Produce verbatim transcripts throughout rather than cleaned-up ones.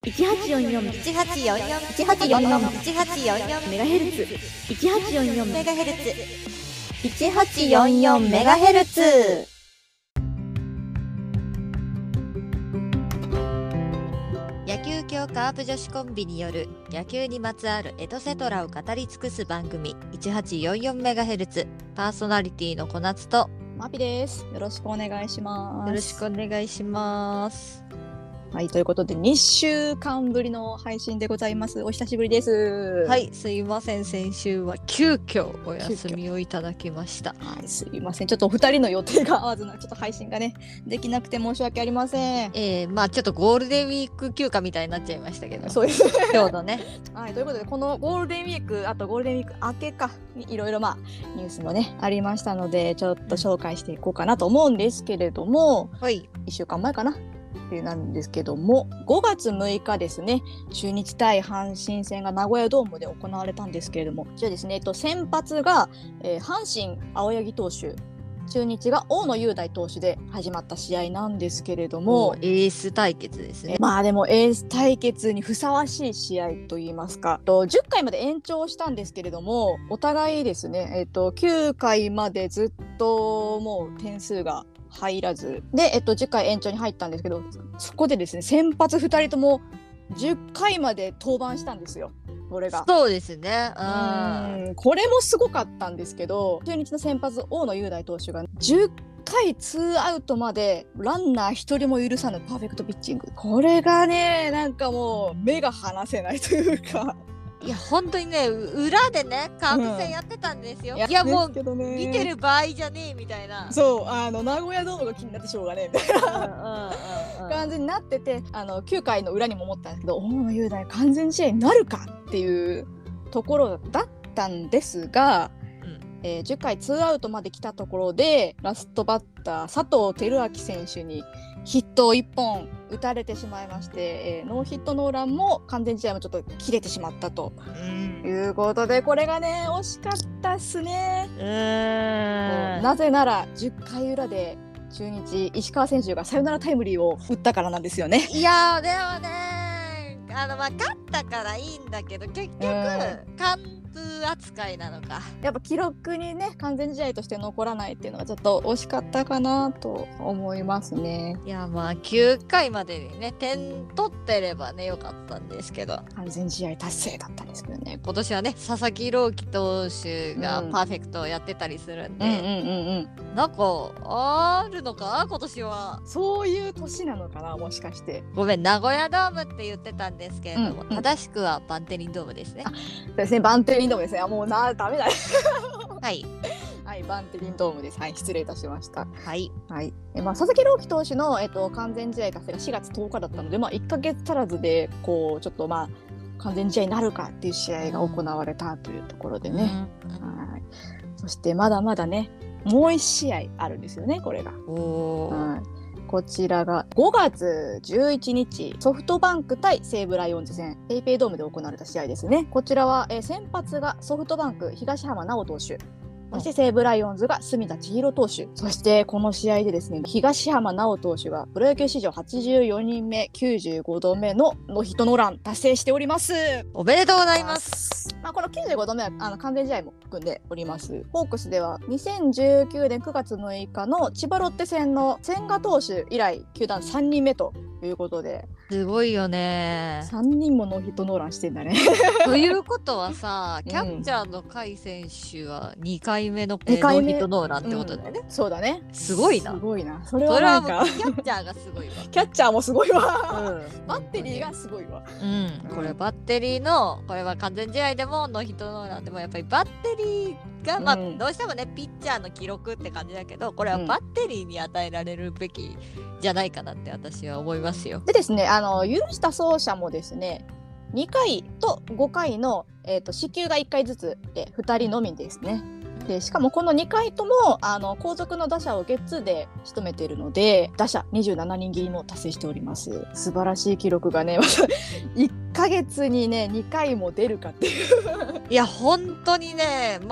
いちはちよんよんいちはちよんよんいちはちよんよんいちはちよんよんメガヘルツいちはちよんよんメガヘルツいちはちよんよんメガヘルツ。野球協カープ女子コンビによる野球にまつわるエトセトラを語り尽くす番組 いちはちよんよんメガヘルツ、パーソナリティの小夏とマピです。よろしくお願いします。 よろしくお願いします。 はい、ということでにしゅうかんぶりの配信でございます。お久しぶりです。 はい、すいません、先週は急遽お休みをいただきました。 はい、すいません、ちょっとお二人の予定が合わずなちょっと配信がねできなくて申し訳ありません。 えー、まあちょっとゴールデンウィーク休暇みたいになっちゃいましたけど、 そうですねちょうどねはい、ということでこのゴールデンウィーク、あとゴールデンウィーク明けかにいろいろまあニュースもねありましたので、ちょっと紹介していこうかなと思うんですけれども、 はい、 いっしゅうかんまえかななんですけども、ごがつむいかですね、中日対阪神戦が名古屋ドームで行われたんですけれども、じゃあですね、えっと、先発が、えー、阪神青柳投手、中日が大野雄大投手で始まった試合なんですけれども、 エース対決ですね。 まあでもエース対決にふさわしい試合といいますか、とじゅっかいまで延長したんですけれども、お互いですね、えっと、きゅうかいまでずっともう点数が入らずで、えっと、じゅっかい延長に入ったんですけど、そこでですね、先発ふたりともじゅっかいまで登板したんですよ。これがそうですね。 うん、これもすごかったんですけど、中日の先発大野雄大投手がじゅっかいツーアウトまでランナーひとりも許さぬパーフェクトピッチング、これがね、なんかもう目が離せないというか、 いや本当にね、裏でねカープ戦やってたんですよ、うん、いやもう見てる場合じゃねえみたいな、 そう、あの名古屋ドームが気になってしょうがねえみたいな感じになってて、あのきゅうかいの裏にも思ったんですけど、大野雄大完全試合になるかっていうところだったんですが、えー、じゅっかいツーアウトまで来たところでラストバッター佐藤輝明選手にヒットをいっぽん打たれてしまいまして、えー、ノーヒットノーランも完全試合もちょっと切れてしまったと、うん、いうことで、これがね惜しかったっすね。うーん、なぜならじゅっかいうらで中日石川選手がサヨナラタイムリーを打ったからなんですよね。 いやでもね、あのまあ勝ったからいいんだけど、結局完封扱いなのか、 やっぱ記録にね完全試合として残らないっていうのがちょっと惜しかったかなと思いますね。 いやまあきゅうかいまでにね点取ってればねよかったんですけど、 完全試合達成だったんですけどね。 今年はね佐々木朗希投手がパーフェクトをやってたりするんで、うんうんうんうん、なんかあるのか今年は。 そういう年なのかな、もしかして。 ごめん、名古屋ドームって言ってたんですけれども、うんうん、正しくはバンテリンドームですね。 あ、そうですね、バンテリンドームですね。あ、もうなダメだはいはい、バンテリンドームです。はい、失礼いたしました。 はい、 はい。え、まあ、佐々木朗希投手の、えっと、完全試合達成がしがつとおかだったので、まあ、いっかげつ足らずでこうちょっとまあ完全試合になるかっていう試合が行われたというところでね、うん、はい。そしてまだまだねもういち試合あるんですよね、これが。おー、はい。こちらがごがつじゅういちにち、ソフトバンク対西武ライオンズ戦、ペイペイドームで行われた試合ですね。こちらは、えー、先発がソフトバンク東浜直投手、そして西武ライオンズが隅田知一投手。そしてこの試合でですね、東浜直投手がプロ野球史上はちじゅうよにんめきゅうじゅうごどめのノーヒットノーラン達成しております。 おめでとうございます。 まあ、このきゅうじゅうごどめはあの完全試合も含んでおります。ホークスではにせんじゅうきゅうねんくがつむいかの千葉ロッテ戦の千賀投手以来球団さんにんめということで、 すごいよね。 さんにんもノーヒットノーランしてんだねということはさ、キャッチャーの甲斐選手はにかいめのノーヒットノーランってことだよね、 うん、そうだね。 すごいな。 すごいな。それはなんかそれはもうキャッチャーがすごいわキャッチャーもすごいわ、うん、バッテリーがすごいわ、 うん、これバッテリーのこれは完全試合でもノーヒットノーランでもやっぱりバッテリーが、まあ、うん、どうしてもねピッチャーの記録って感じだけど、これはバッテリーに与えられるべきじゃないかなって私は思いますよ。 でですね、あの許した走者もですねにかいとごかいの、えーと、四球がいっかいずつでふたりのみですね。でしかもこのにかいともあの後続の打者をゲッツーで仕留めているので、打者にじゅうななにん切りも達成しております。素晴らしい記録がねいっかげつにねにかいも出るかっていういや本当にね、まあ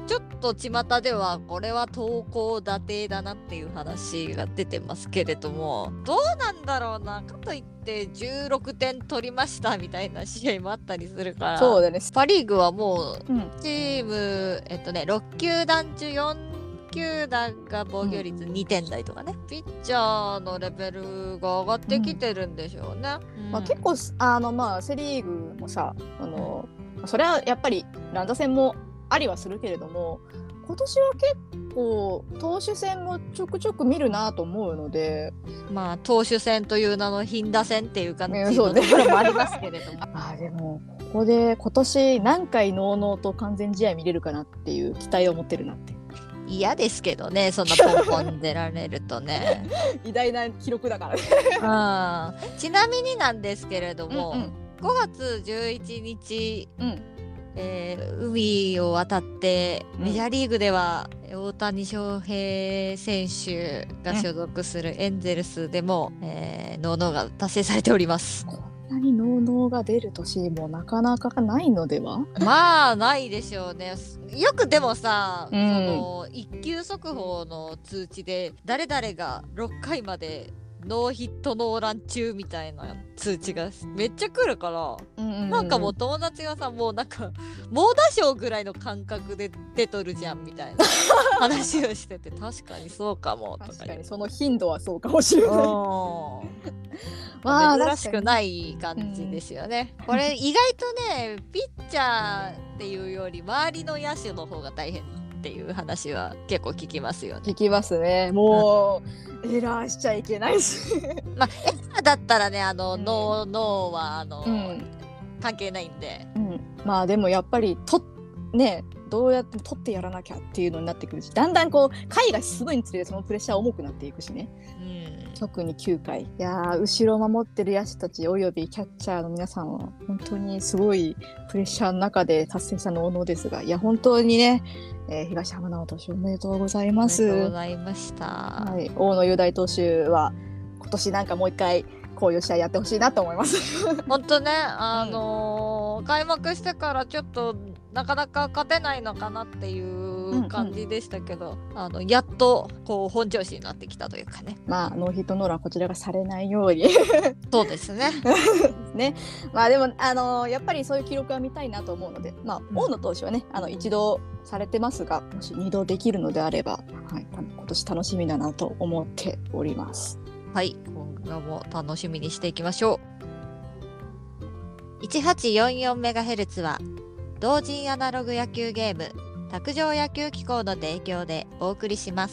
ちょっと巷ではこれは投稿打定だなっていう話が出てますけれども、どうなんだろうな。かといってじゅうろくてん取りましたみたいな試合もあったりするから、 そうだね。 パ・リーグはもううんチーム、えっとねろく球団中よん球団が防御率にてん台とかね、ピッチャーのレベルが上がってきてるんでしょうね。うんまあ、結構あのまあセ・リーグもさ、あのそれはやっぱり乱打戦もありはするけれども、今年は結構投手戦もちょくちょく見るなと思うので、 まあ投手戦という名の頻打戦っていう感じねそうねのところもありますけれども、 あでもここで今年何回ノーノーと完全試合見れるかなっていう期待を持ってるなって。 嫌ですけどね、そんなポンポン出られるとね偉大な記録だからね。 うん、ちなみになんですけれども、 うんうんごがつじゅういちにち、 うんえー海を渡ってうんメジャーリーグでは大谷翔平選手が所属するエンゼルスでも、えーノーノーが達成されております。 こんなにノーノーが出る年もなかなかないのでは。 まあないでしょうね。よくでもさ、 うんその一級速報の通知で誰々がろっかいまでノーヒットノーラン中みたいな通知がめっちゃ来るから、 うんうんうん、 なんかもう友達がさ、もうなんか猛打賞ぐらいの感覚で出とるじゃんみたいな話をしてて、確かにそうかもとか確かにその頻度はそうかもしれない。まあ珍しくない感じですよね。これ意外とね、ピッチャーっていうより周りの野手の方が大変っていう話は結構聞きますよね。 聞きますね。もうエラーしちゃいけないし。 まあエラーだったらね、あの、 うんノーノーはあの、 うん関係ないんで。 うん、まあでもやっぱりとねどうやっても取ってやらなきゃっていうのになってくるし、だんだんこう回が進むにつれてそのプレッシャー重くなっていくしね。 うん、 特にきゅうかい、いやー後ろを守ってる野手たちおよびキャッチャーの皆さんは本当にすごいプレッシャーの中で達成したノーノーですが、いや本当にね、えー、東浜直投手おめでとうございます。 ありがとうございました。 はい、大野雄大投手は今年なんかもう一回こういう試合やってほしいなと思います。 本当ね、あのー開幕してからちょっとなかなか勝てないのかなっていう感じでしたけど、うんうん、あのやっとこう本調子になってきたというかね。 まあノーヒットノーランこちらがされないようにそうですね。 ね、まあでもあのーやっぱりそういう記録は見たいなと思うので、まあ、 うん大野投手はねあの一度されてますが、もし二度できるのであれば、はい、今年楽しみだなと思っております。 はい、今後も楽しみにしていきましょう。いちはちよんよんメガヘルツ は同人アナログ野球ゲーム卓上野球機構の提供でお送りします。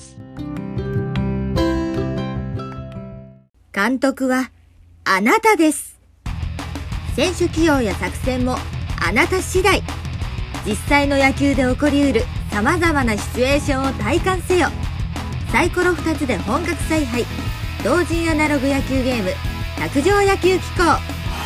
監督はあなたです。選手起用や作戦もあなた次第。実際の野球で起こりうる様々なシチュエーションを体感せよ。サイコロふたつで本格采配。同人アナログ野球ゲーム卓上野球機構。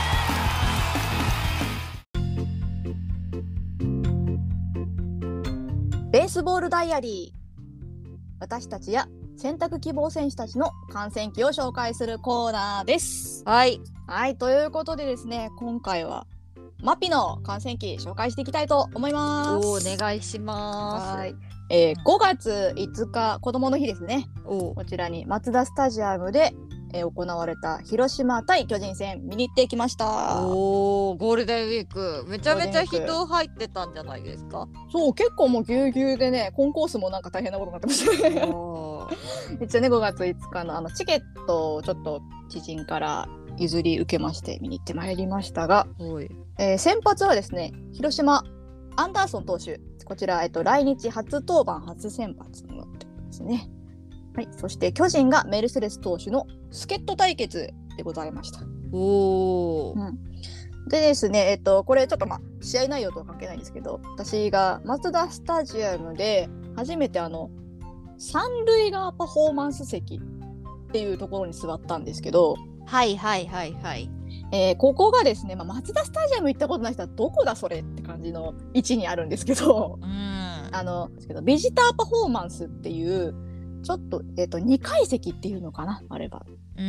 ベースボールダイアリー、私たちや選択希望選手たちの観戦記を紹介するコーナーです。 はい、 はい、ということでですね、今回はマピの観戦記紹介していきたいと思います。 お願いします。 はい、えー、ごがついつか子どもの日ですね。 おこちらにマツダスタジアムで、えー、行われた広島対巨人戦見に行ってきました。 おー、ゴールデンウィークめちゃめちゃ人入ってたんじゃないですか。 そう、結構もうぎゅうぎゅうでね、コンコースもなんか大変なことになってましたね。一応ね、ごがついつかのあのチケットをちょっと知人から譲り受けまして見に行ってまいりましたが、 おい、 えー、先発はですね、広島アンダーソン投手、こちら、えっと、来日初登板初先発になってますね。はい、そして巨人がメルセデス投手の助っ人対決でございました。 おー、 うん、でですね、えっと、これちょっとまあ試合内容とは関係ないんですけど、私がマツダスタジアムで初めてあの三塁側パフォーマンス席っていうところに座ったんですけど、 はいはいはいはい。 えー、ここがですね、まあ、マツダスタジアム行ったことない人はどこだそれって感じの位置にあるんですけど、 うん、 あのですけどビジターパフォーマンスっていうちょっと、えー、とにかい席っていうのかな、あれば、 うん、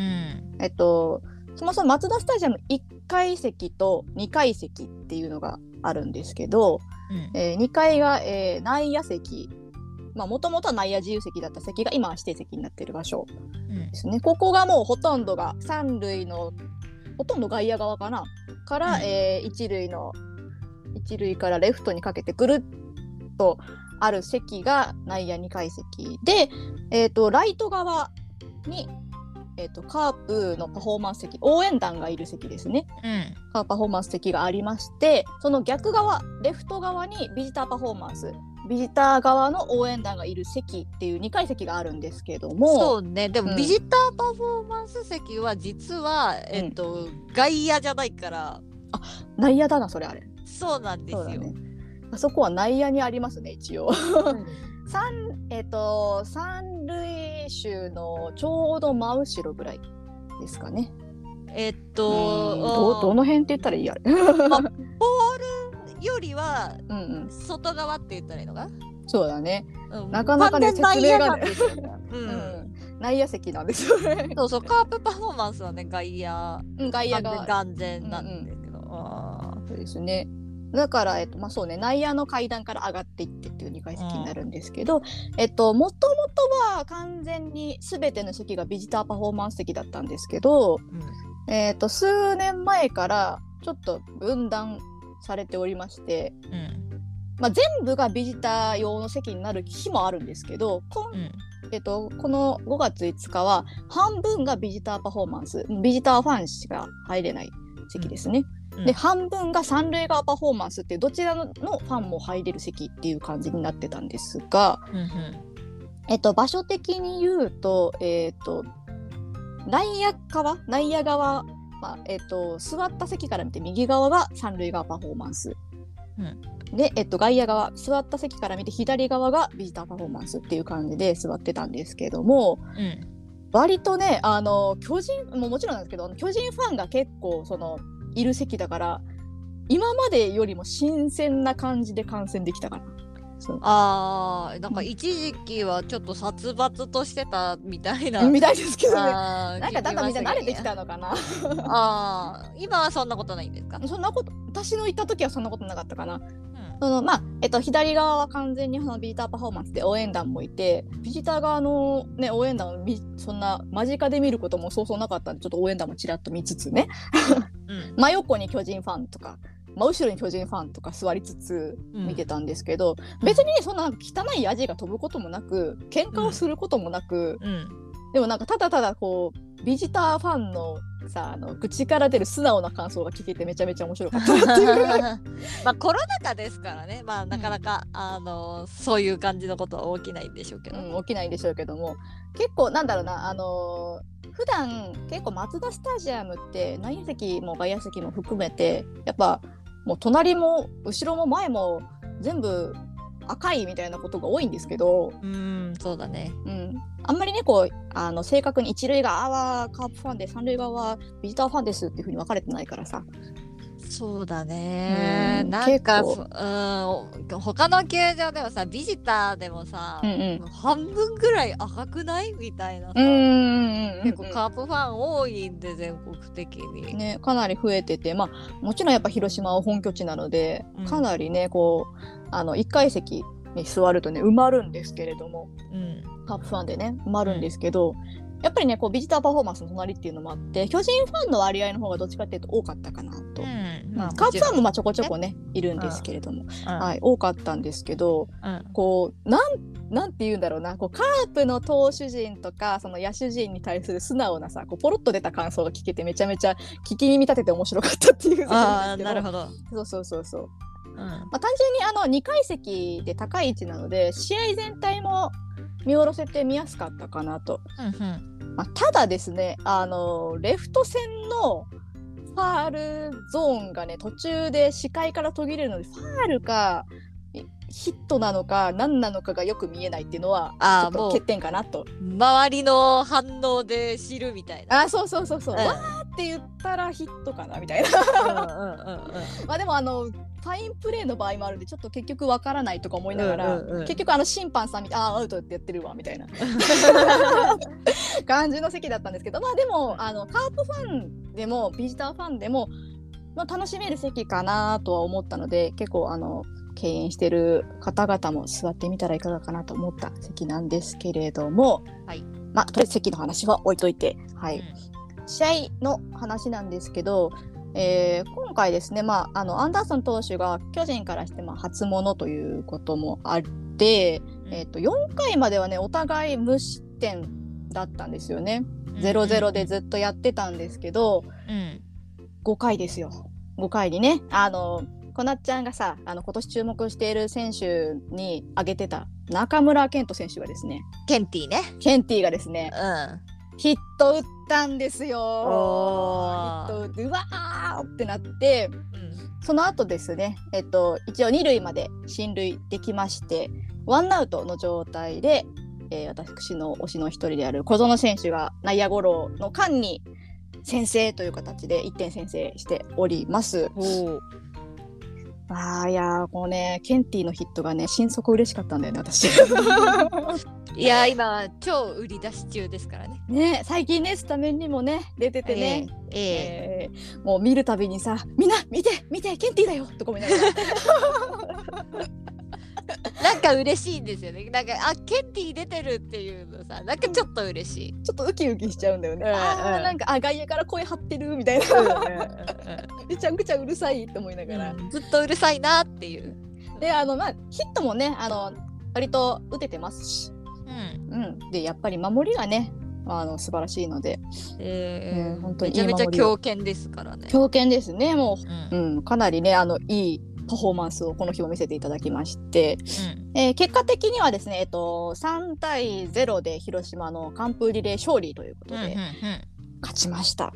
えっとそもそもマツダスタジアムいっかい席とにかい席っていうのがあるんですけど、 うんえー、にかいが、えー、内野席、まあもともとは内野自由席だった席が今は指定席になっている場所ですね。ここがもうほとんどが三塁のほとんど外野側かなから、うんえー、一塁の一塁からレフトにかけてぐるっとある席が内野にかい席で、えー、とライト側に、えー、とカープのパフォーマンス席、応援団がいる席ですね、うん、カープパフォーマンス席がありまして、その逆側レフト側にビジターパフォーマンスビジター側の応援団がいる席っていうにかい席があるんですけども、 そうね、でもビジターパフォーマンス席は実は、うん、えっと外野じゃないから、 あ、内野だなそれあれ。 そうなんですよ。 ね、あそこは内野にありますね一応。うん、三えっと三塁手のちょうど真後ろぐらいですかね。 えっとどどの辺って言ったらいいあれ。 まあ、ボールよりは外側って言ったらいいのか、うんうん、そうだね、うん、なかなかね説明がね、 うんうん、 内野席なんですよね。 そうそう、カープパフォーマンスはね外野、 うん、外野が完全なんですけど、うんうん、 あそうですね。だから、えっとまあそうね、内野の階段から上がっていってっていうにかい席になるんですけど、うん、えっともともとは完全に全ての席がビジターパフォーマンス席だったんですけど、うん、えっと数年前からちょっと分断されておりまして、うんまあ、全部がビジター用の席になる日もあるんですけど、こ,、うんえっと、このごがついつかは半分がビジターパフォーマンス、ビジターファンしか入れない席ですね。うん、で半分が三塁側パフォーマンスっていうどちらのファンも入れる席っていう感じになってたんですが、うんうんえっと、場所的に言うと、えっと、内野側内野側、まあえっと、座った席から見て右側が三塁側パフォーマンス、うん、で、えっと、外野側座った席から見て左側がビジターパフォーマンスっていう感じで座ってたんですけども、うん割とねあの巨人ももちろんなんですけど巨人ファンが結構そのいる席だから今までよりも新鮮な感じで観戦できたかな。そうあーなんか一時期はちょっと殺伐としてたみたいな、 うん、みたいですけどね。なんかだんだんみんな慣れてきたのかな。 あ今はそんなことないんですか？ そんなこと私の行った時はそんなことなかったかな。うんそのまあえっと、左側は完全にそのビジターパフォーマンスで応援団もいてビジター側の、ね、応援団をそんな間近で見ることもそうそうなかったんでちょっと応援団もちらっと見つつね、うん、真横に巨人ファンとか真後ろに巨人ファンとか座りつつ見てたんですけど、うん、別に、ね、そんな汚いヤジが飛ぶこともなく喧嘩をすることもなく、うんうん、でもなんかただただこうビジターファンのさあの口から出る素直な感想が聞けてめちゃめちゃ面白かったっていうまあコロナ禍ですからね、まあ、なかなか、うん、あのそういう感じのことは起きないんでしょうけど、 うん、起きないんでしょうけども結構なんだろうなあのー、普段結構マツダスタジアムって内野席も外野席も含めてやっぱもう隣も後ろも前も全部赤いみたいなことが多いんですけどうんそうだね、 うん、あんまりねこうあの正確に一塁側はカープファンで三塁側はビジターファンですっていう風に分かれてないからさそうだね、うん、なんか、うん、他の球場でもさビジターでもさ、うんうん、半分ぐらい赤くないみたいなさ、うんうんうん、結構カープファン多いんで全国的に、 ね、かなり増えてて、まあ、もちろんやっぱ広島は本拠地なので、うん、かなりねこうあのいっかい席に座るとね埋まるんですけれども、うん、カープファンでね埋まるんですけど、うん、やっぱりねこうビジターパフォーマンスの隣っていうのもあって巨人ファンの割合の方がどっちかっていうと多かったかなと、うんまあ、カープファンもまあちょこちょこねいるんですけれども、うんはい、多かったんですけど、うん、こうなんなんて言うんだろうなこうカープの投手陣とかその野手陣に対する素直なさこうポロッと出た感想が聞けてめちゃめちゃ聞き耳立てて面白かったっていうあなるほどそうそうそうそううんまあ、単純にあのにかい席で高い位置なので試合全体も見下ろせて見やすかったかなと、うんうんまあ、ただですねあのレフト線のファールゾーンがね途中で視界から途切れるのでファールかヒットなのか何なのかがよく見えないっていうのはちょっと欠点かなと周りの反応で知るみたいなあそうそうそうそう、うん、わーって言ったらヒットかなみたいなまあでもあのファインプレーの場合もあるんでちょっと結局わからないとか思いながら、うんうんうん、結局あの審判さん見てああアウトってやってるわみたいな感じの席だったんですけどまあでもあのカープファンでもビジターファンでも、まあ、楽しめる席かなとは思ったので結構あの敬遠している方々も座ってみたらいかがかなと思った席なんですけれども、 はい、 まあとりあえず席の話は置いといて、はい、うん、試合の話なんですけど、えー、今回ですね、まあ、あのアンダーソン投手が巨人からしてまあ初物ということもあって、うん、えー、とよんかいまではねお互い無失点だったんですよね。ゼロゼロでずっとやってたんですけど、うん、ごかいですよ。ごかいにね、あのこなっちゃんがさ、あの今年注目している選手に挙げてた中村健人選手がですね、 ケンティねケンティがですね、うん、ヒット打ったんですよ。ヒット打ってうわーってなって、うん、その後ですね、えっと、一応に塁まで進塁できまして、ワンアウトの状態で、えー、私の推しの一人である小園選手が内野ゴロの間に先制という形でいってん先制しております。あーいやーこうねケンティのヒットがね心底嬉しかったんだよね私。 いや今超売り出し中ですからね。 ね最近ねスタメンにもね出ててね、えーえーえー、もう見るたびにさみんな見て見てケンティだよとか思いながら。 なんか嬉しいんですよね。なんかあケンティ出てるっていうのさなんかちょっと嬉しい。 ちょっとウキウキしちゃうんだよね。 うん、 あーなんかあ外野から声張ってるみたいな。めちゃくちゃうるさいって思いながら、 うん、ずっとうるさいなっていう。 であのまあヒットもねあの割と打ててますし、うんうん、でやっぱり守りがねあの素晴らしいので、 えーうん、本当にいいめちゃめちゃ強肩ですからね。 強肩ですねもう、うんうん、かなりねあのいいパフォーマンスをこの日も見せていただきまして、うんえー、結果的にはですね、えっと、さんたいゼロで広島の完封リレー勝利ということで、うんうんうん、勝ちました。はい、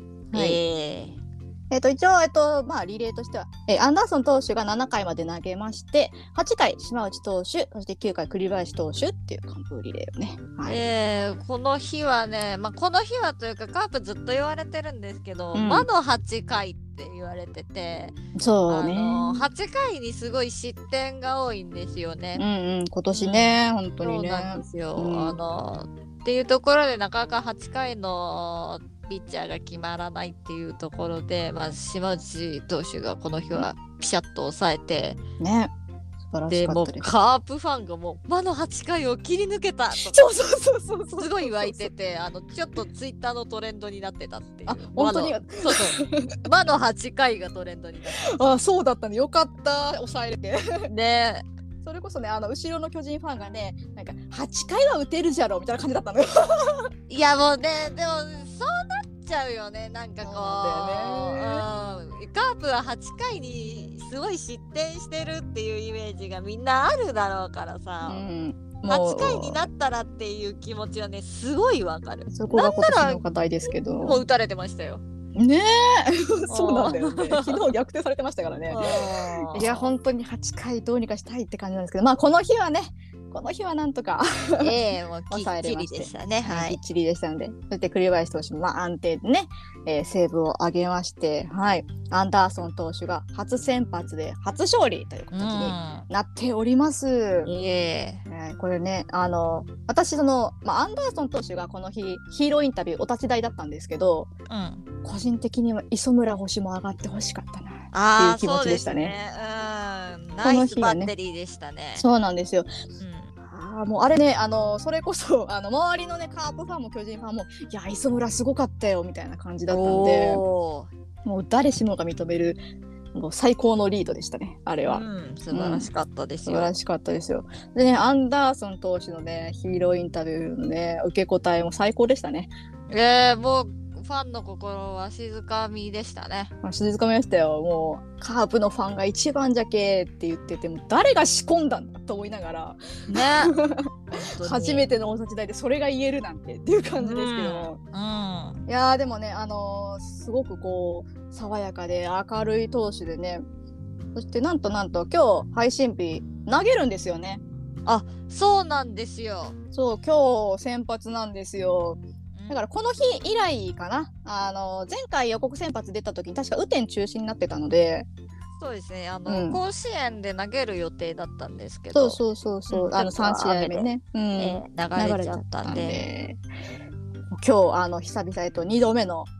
えーえー、と一応、えーとまあ、リレーとしては、えー、アンダーソン投手がななかいまで投げましてはちかい島内投手そしてきゅうかい栗林投手っていう完封リレーをね、はいえー、この日はね、まあ、この日はというかカープずっと言われてるんですけど、うん、魔のはちかいって言われててそうね、 あのー、はちかいにすごい失点が多いんですよね。 うんうん、今年ね、うん、本当にねそうなんですよ、うん、あのー、っていうところでなかなかはちかいのピッチャーが決まらないっていうところで、まあ、島内投手がこの日はピシャッと抑えて、 ね、素晴らしかったです。 でもうカープファンがもう魔のはちかいを切り抜けたとかそうそうそうそうそうすごい湧いててあのちょっとツイッターのトレンドになってたっていう。 あ本当にそうそう魔のはちかいがトレンドになってた。あそうだったねよかった抑えれてね。 それこそねあの後ろの巨人ファンがねなんかはちかいは打てるじゃろみたいな感じだったのよ。 いやもうねでもそうなっちゃうよねなんかこう、うん、カープははちかいにすごい失点してるっていうイメージがみんなあるだろうからさ、うん、はちかいになったらっていう気持ちはねすごいわかる。 そこが今年の課題ですけどもう打たれてましたよねえそうなんだよね昨日逆転されてましたからね。いや本当にはちかいどうにかしたいって感じなんですけどまあこの日はねこの日はなんとかええもうきっちりでしたね。はい、 きっちりでしたのでそして栗林投手もまあ安定でね、えー、セーブを上げましてはいアンダーソン投手が初先発で初勝利という形になっております。うんえー、これねあの私その、まあ、アンダーソン投手がこの日ヒーローインタビューお立ち台だったんですけど、うん、個人的には磯村星も上がってほしかったなっていう気持ちでしたね。 あそうですね、うん、ナイスバッテリーでしたね。 そうなんですよ、うんあもうあれねあのそれこそあの周りのねカープファンも巨人ファンもいや磯村すごかったよみたいな感じだったんでもう誰しもが認めるもう最高のリードでしたねあれは、うん、 素晴らしかったですよ、 うん、素晴らしかったですよ。でねアンダーソン投手のねヒーローインタビューのね受け答えも最高でしたね。 えー、もうファンの心は静かみでしたね。 静かみでしたよ。もうカープのファンが一番じゃけって言ってても誰が仕込んだんだと思いながらね初めてのお立ち台でそれが言えるなんてっていう感じですけども、うんうん、いやでもねあのー、すごくこう爽やかで明るい投手でねそしてなんとなんと今日配信日投げるんですよね。 あそうなんですよ。 そう今日先発なんですよ。だからこの日以来かなあの前回予告先発出た時に確か雨天中止になってたのでそうですねあの、うん、甲子園で投げる予定だったんですけどそうそうそうそう、うん、あのさん試合目ね、うんえー、流れちゃったんで今日あの久々へとにどめの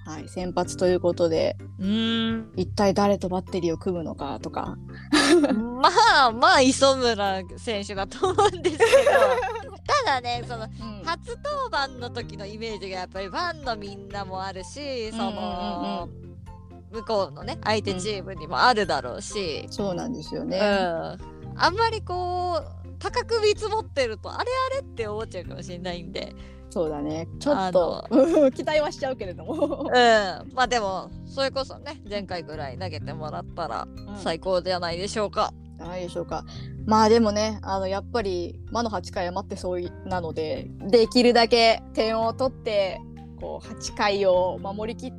はい、先発ということで、 うーん一体誰とバッテリーを組むのかとか。 まあまあ磯村選手だと思うんですけどただねその、うん、初登板の時のイメージがやっぱりファンのみんなもあるし、その、うんうんうん、向こうのね相手チームにもあるだろうし、 うん、そうなんですよね、 うん、あんまりこう高く見積もってるとあれあれって思っちゃうかもしれないんで。 そうだね、ちょっと期待はしちゃうけれどもうんまあでもそれこそね前回ぐらい投げてもらったら最高じゃないでしょうか、 うん、じゃないでしょうか。まあでもね、あのやっぱり魔のはちかい余ってそうなので、できるだけ点を取ってこうはちかいを守りきって、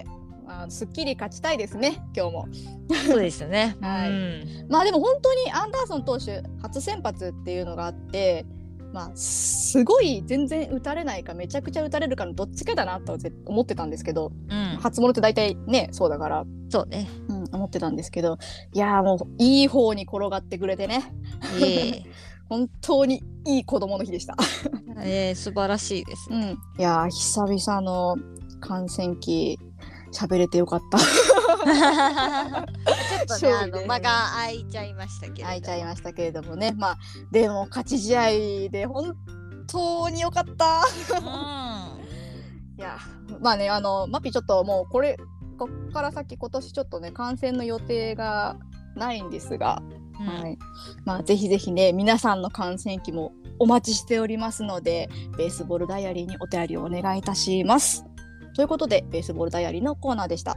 まあ、すっきり勝ちたいですね今日も。 そうですねはい、うん、まあでも本当にアンダーソン投手初先発っていうのがあって、まあすごい全然打たれないかめちゃくちゃ打たれるかのどっちかだなと思ってたんですけど、うん、初物って大体ねそうだからそうね、 うん、思ってたんですけど、いやもういい方に転がってくれてね、えー、本当にいい子供の日でしたえー、素晴らしいですね、 うん、いや久々の観戦記喋れてよかったちょっとねあの間が空いちゃいましたけれども空いちゃいましたけれどもね、まあでも勝ち試合で本当によかったうん、いやまあねあのマピちょっともうこれこっから先今年ちょっとね観戦の予定がないんですが、うん、はい、まあぜひぜひね皆さんの観戦記もお待ちしておりますので、ベースボールダイアリーにお便りをお願いいたします。ということでベースボールダイアリーのコーナーでした。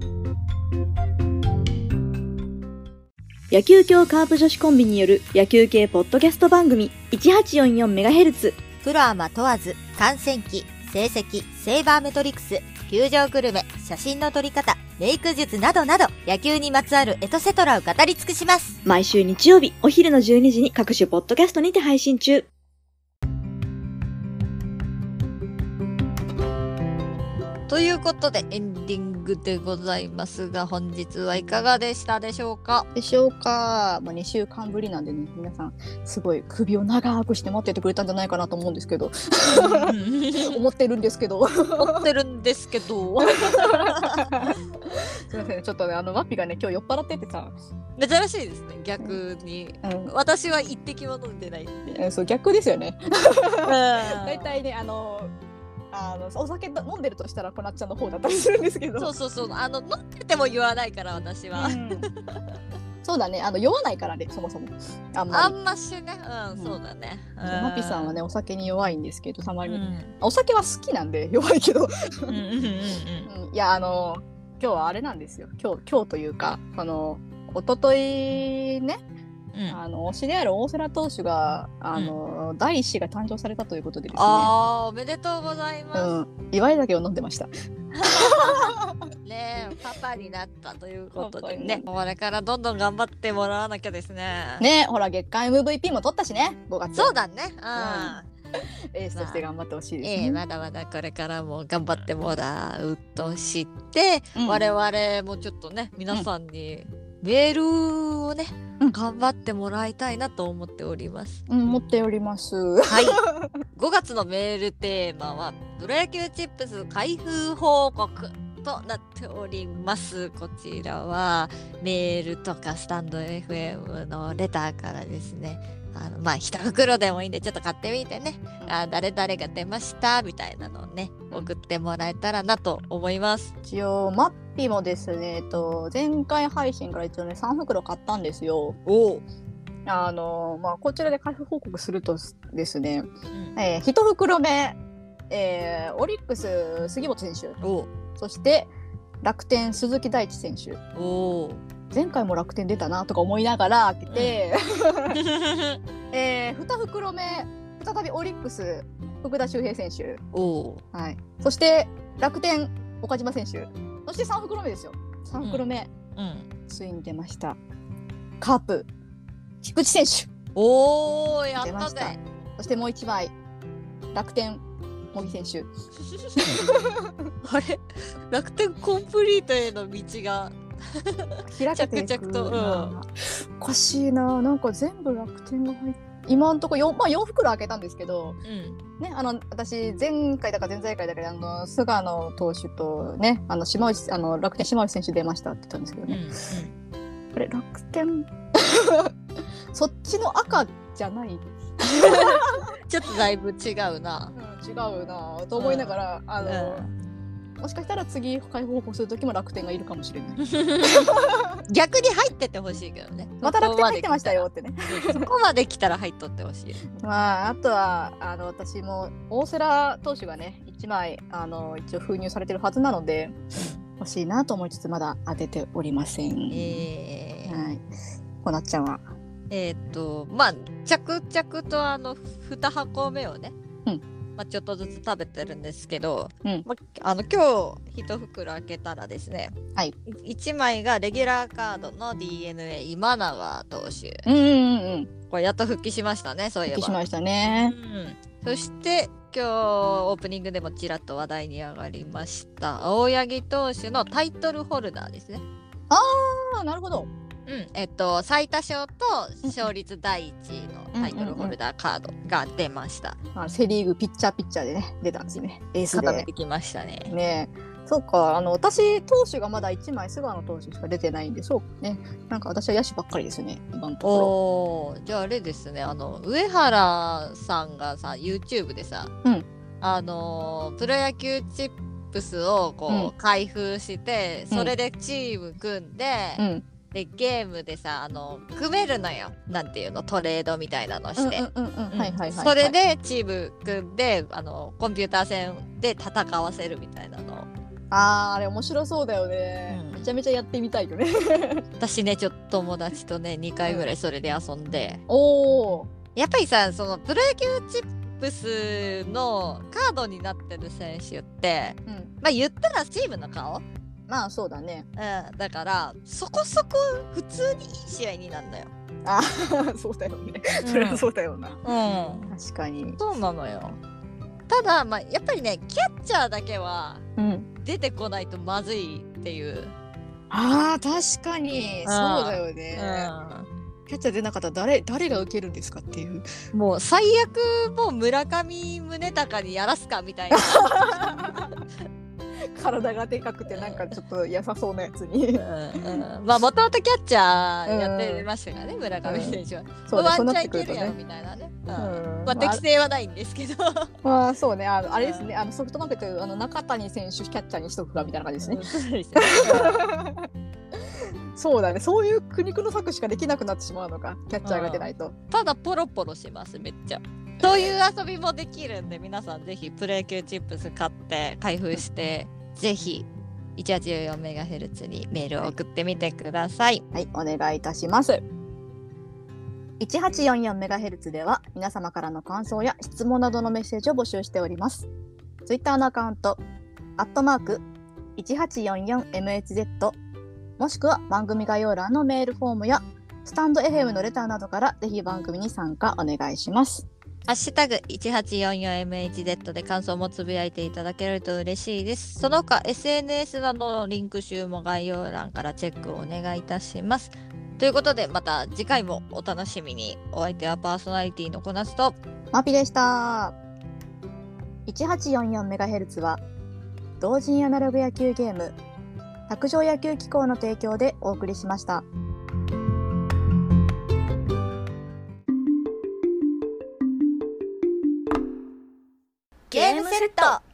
野球協カープ女子コンビによる野球系ポッドキャスト番組 いちはちよんよんメガヘルツ、 プロアマ問わず観戦記、成績、セイバーメトリクス、球場グルメ、写真の撮り方、メイク術などなど野球にまつわるエトセトラを語り尽くします。 毎週日曜日お昼のじゅうにじに各種ポッドキャストにて配信中。 ということでエンディングでございますが、本日はいかがでしたでしょうかでしょうか。まあ、にしゅうかんぶりなんでね、皆さんすごい首を長くして待っててくれたんじゃないかなと思うんですけど思ってるんですけど思ってるんですけどすいません、ちょっとねあのマッピがね今日酔っ払っててさ、 珍しいですね逆に、うん、私は一滴も飲んでないんで、 うん、そう逆ですよねだいたいねあのあのお酒飲んでるとしたらこなっちゃんの方だったりするんですけど、 そうそうそう、あの飲んでても言わないから私は、うん、 そうだね、あの酔わないからねそもそもあんまりあんましね、うん、うん、そうだね、 マピさんはねお酒に弱いんですけどたまに、うん、お酒は好きなんで弱いけどいやあの今日はあれなんですよ、今日今日というかあの一昨日ね、うん、あの推しである大瀬良投手があの、うん、第一子が誕生されたということでですね、 あーおめでとうございます、うん、 祝い酒を飲んでましたねえパパになったということでね、これからどんどん頑張ってもらわなきゃですね。 ねえほら月間 エムブイピー も取ったしねごがつ。 そうだね、うん、 エースとして頑張ってほしいですね、 まあえー、まだまだこれからも頑張ってもらうとして、うん、我々もちょっとね皆さんにメールをね、うん、頑張ってもらいたいなと思っております。 うん、思っております。 はい。ごがつのメールテーマはプロ野球チップス開封報告となっております。こちらはメールとかスタンド エフエム のレターからですね、あのまあ一袋でもいいんでちょっと買ってみてね、あ誰々が出ましたみたいなのをね送ってもらえたらなと思います。 一応マッピもですね、えっと、前回配信から一応ねさん袋買ったんですよ。 おあのまあこちらで開封報告するとですね、うんえー、いち袋目、えー、オリックス杉本選手、おそして楽天鈴木大地選手、お前回も楽天出たなとか思いながら開けて、うんえー、に袋目再びオリックス福田周平選手、お、はい、そして楽天岡島選手、そしてさん袋目ですよ、さん袋目、うんうん、ついに出ましたカープ菊池選手、 おーやったぜ。 そしてもう一枚楽天茂木選手あれ楽天コンプリートへの道が開けていく着々と、うん、 おかしいな。なんか全部楽天が入って今のところ 4,、まあ、よん袋開けたんですけど、 うんね、あの私前回だか前々回だかあの菅野投手とねあの島内あの楽天島内選手出ましたって言ったんですけどね、うんうん、あれ楽天そっちの赤じゃないちょっとだいぶ違うな、 うん、違うなと思いながら、うん、あの、うんもしかしたら次開放する時も楽天がいるかもしれない逆に入っててほしいけどねまた楽天入ってましたよってねそこまで来たら入っとってほしいまああとはあの私も大瀬良投手がねいちまいあの一応封入されてるはずなので欲しいなと思いつつまだ当てておりません。 えー、 はいこなっちゃんはえー、っとまあ着々とあのに箱目をね、うんまあ、ちょっとずつ食べてるんですけど、うんまあ、あの今日一袋開けたらですね、はい、いちまいがレギュラーカードの ディーエヌエー 今永投手、うんうんうん、これやっと復帰しましたね。そういえば復帰しましたね、 うん、そして今日オープニングでもちらっと話題に上がりました青柳投手のタイトルホルダーですね。 あーなるほど。 うんえっと、最多勝と勝率だいいちいのタイトルホルダーカードが出ました、 うんうんうん、セリーグピッチャーピッチャーでね出たんですね。エースで固めてきましたね。 ねそうかあの私投手がまだいちまい菅野投手しか出てないんでそうねなんか私は野手ばっかりですね今のところ。おじゃああれですねあの上原さんがさ YouTube でさ、うん、あのプロ野球チップスをこう、うん、開封してそれでチーム組んで、うんでゲームでさあの組めるのよなんていうのトレードみたいなのしてそれでチーム組んであのコンピューター戦で戦わせるみたいなの。 あーあれ面白そうだよね、うん、めちゃめちゃやってみたいよね私ねちょっと友達とねにかいぐらいそれで遊んで、 うん、おやっぱりさそのプロ野球チップスのカードになってる選手って、うん、まあ言ったらチームの顔まあそうだね、 うん、だからそこそこ普通にいい試合になるんだよ。 あそうだよね、うん、それはそうだよな、うん、確かにそうなのよ。ただまあやっぱりねキャッチャーだけは出てこないとまずいっていう、うん、 あー確かにそうだよね、うん、キャッチャー出なかったら誰誰が受けるんですかっていうもう最悪もう村上宗隆にやらすかみたいな体がでかくてなんかちょっと優さそうなやつにうん、 うん、まあもともとキャッチャーやってましたからね、うん、村上選手は、うん、そうワンチャンいけるやろみたいなね、うんうんまあ、適性はないんですけどまあそうねあのあれですねあのソフトバンクというあの中谷選手キャッチャーにしとくかみたいな感じですね、うん、そうですねそうだねそういう苦肉の策しかできなくなってしまうのかキャッチャーが出ないと、うん、 ただポロポロしますめっちゃそういう遊びもできるんで皆さんぜひプロ野球チップス買って開封してぜひ いちはちよんよんメガヘルツ にメールを送ってみてください。 はい、はい、お願いいたします。いちはちよんよんメガヘルツ では皆様からの感想や質問などのメッセージを募集しております。ツイッターのアカウントアットマーク いちはちよんよんエムエイチゼット もしくは番組概要欄のメールフォームやスタンド エフエム のレターなどからぜひ番組に参加お願いします。 ハッシュタグ いちはちよんよんエムエイチゼット で感想もつぶやいていただけると嬉しいです。その他 エスエヌエス などのリンク集も概要欄からチェックをお願いいたします。ということでまた次回もお楽しみに。お相手はパーソナリティのこなつとマピでした。 いちはちよんよんメガヘルツ は同人アナログ野球ゲーム卓上野球機構の提供でお送りしました。 ゲームセット。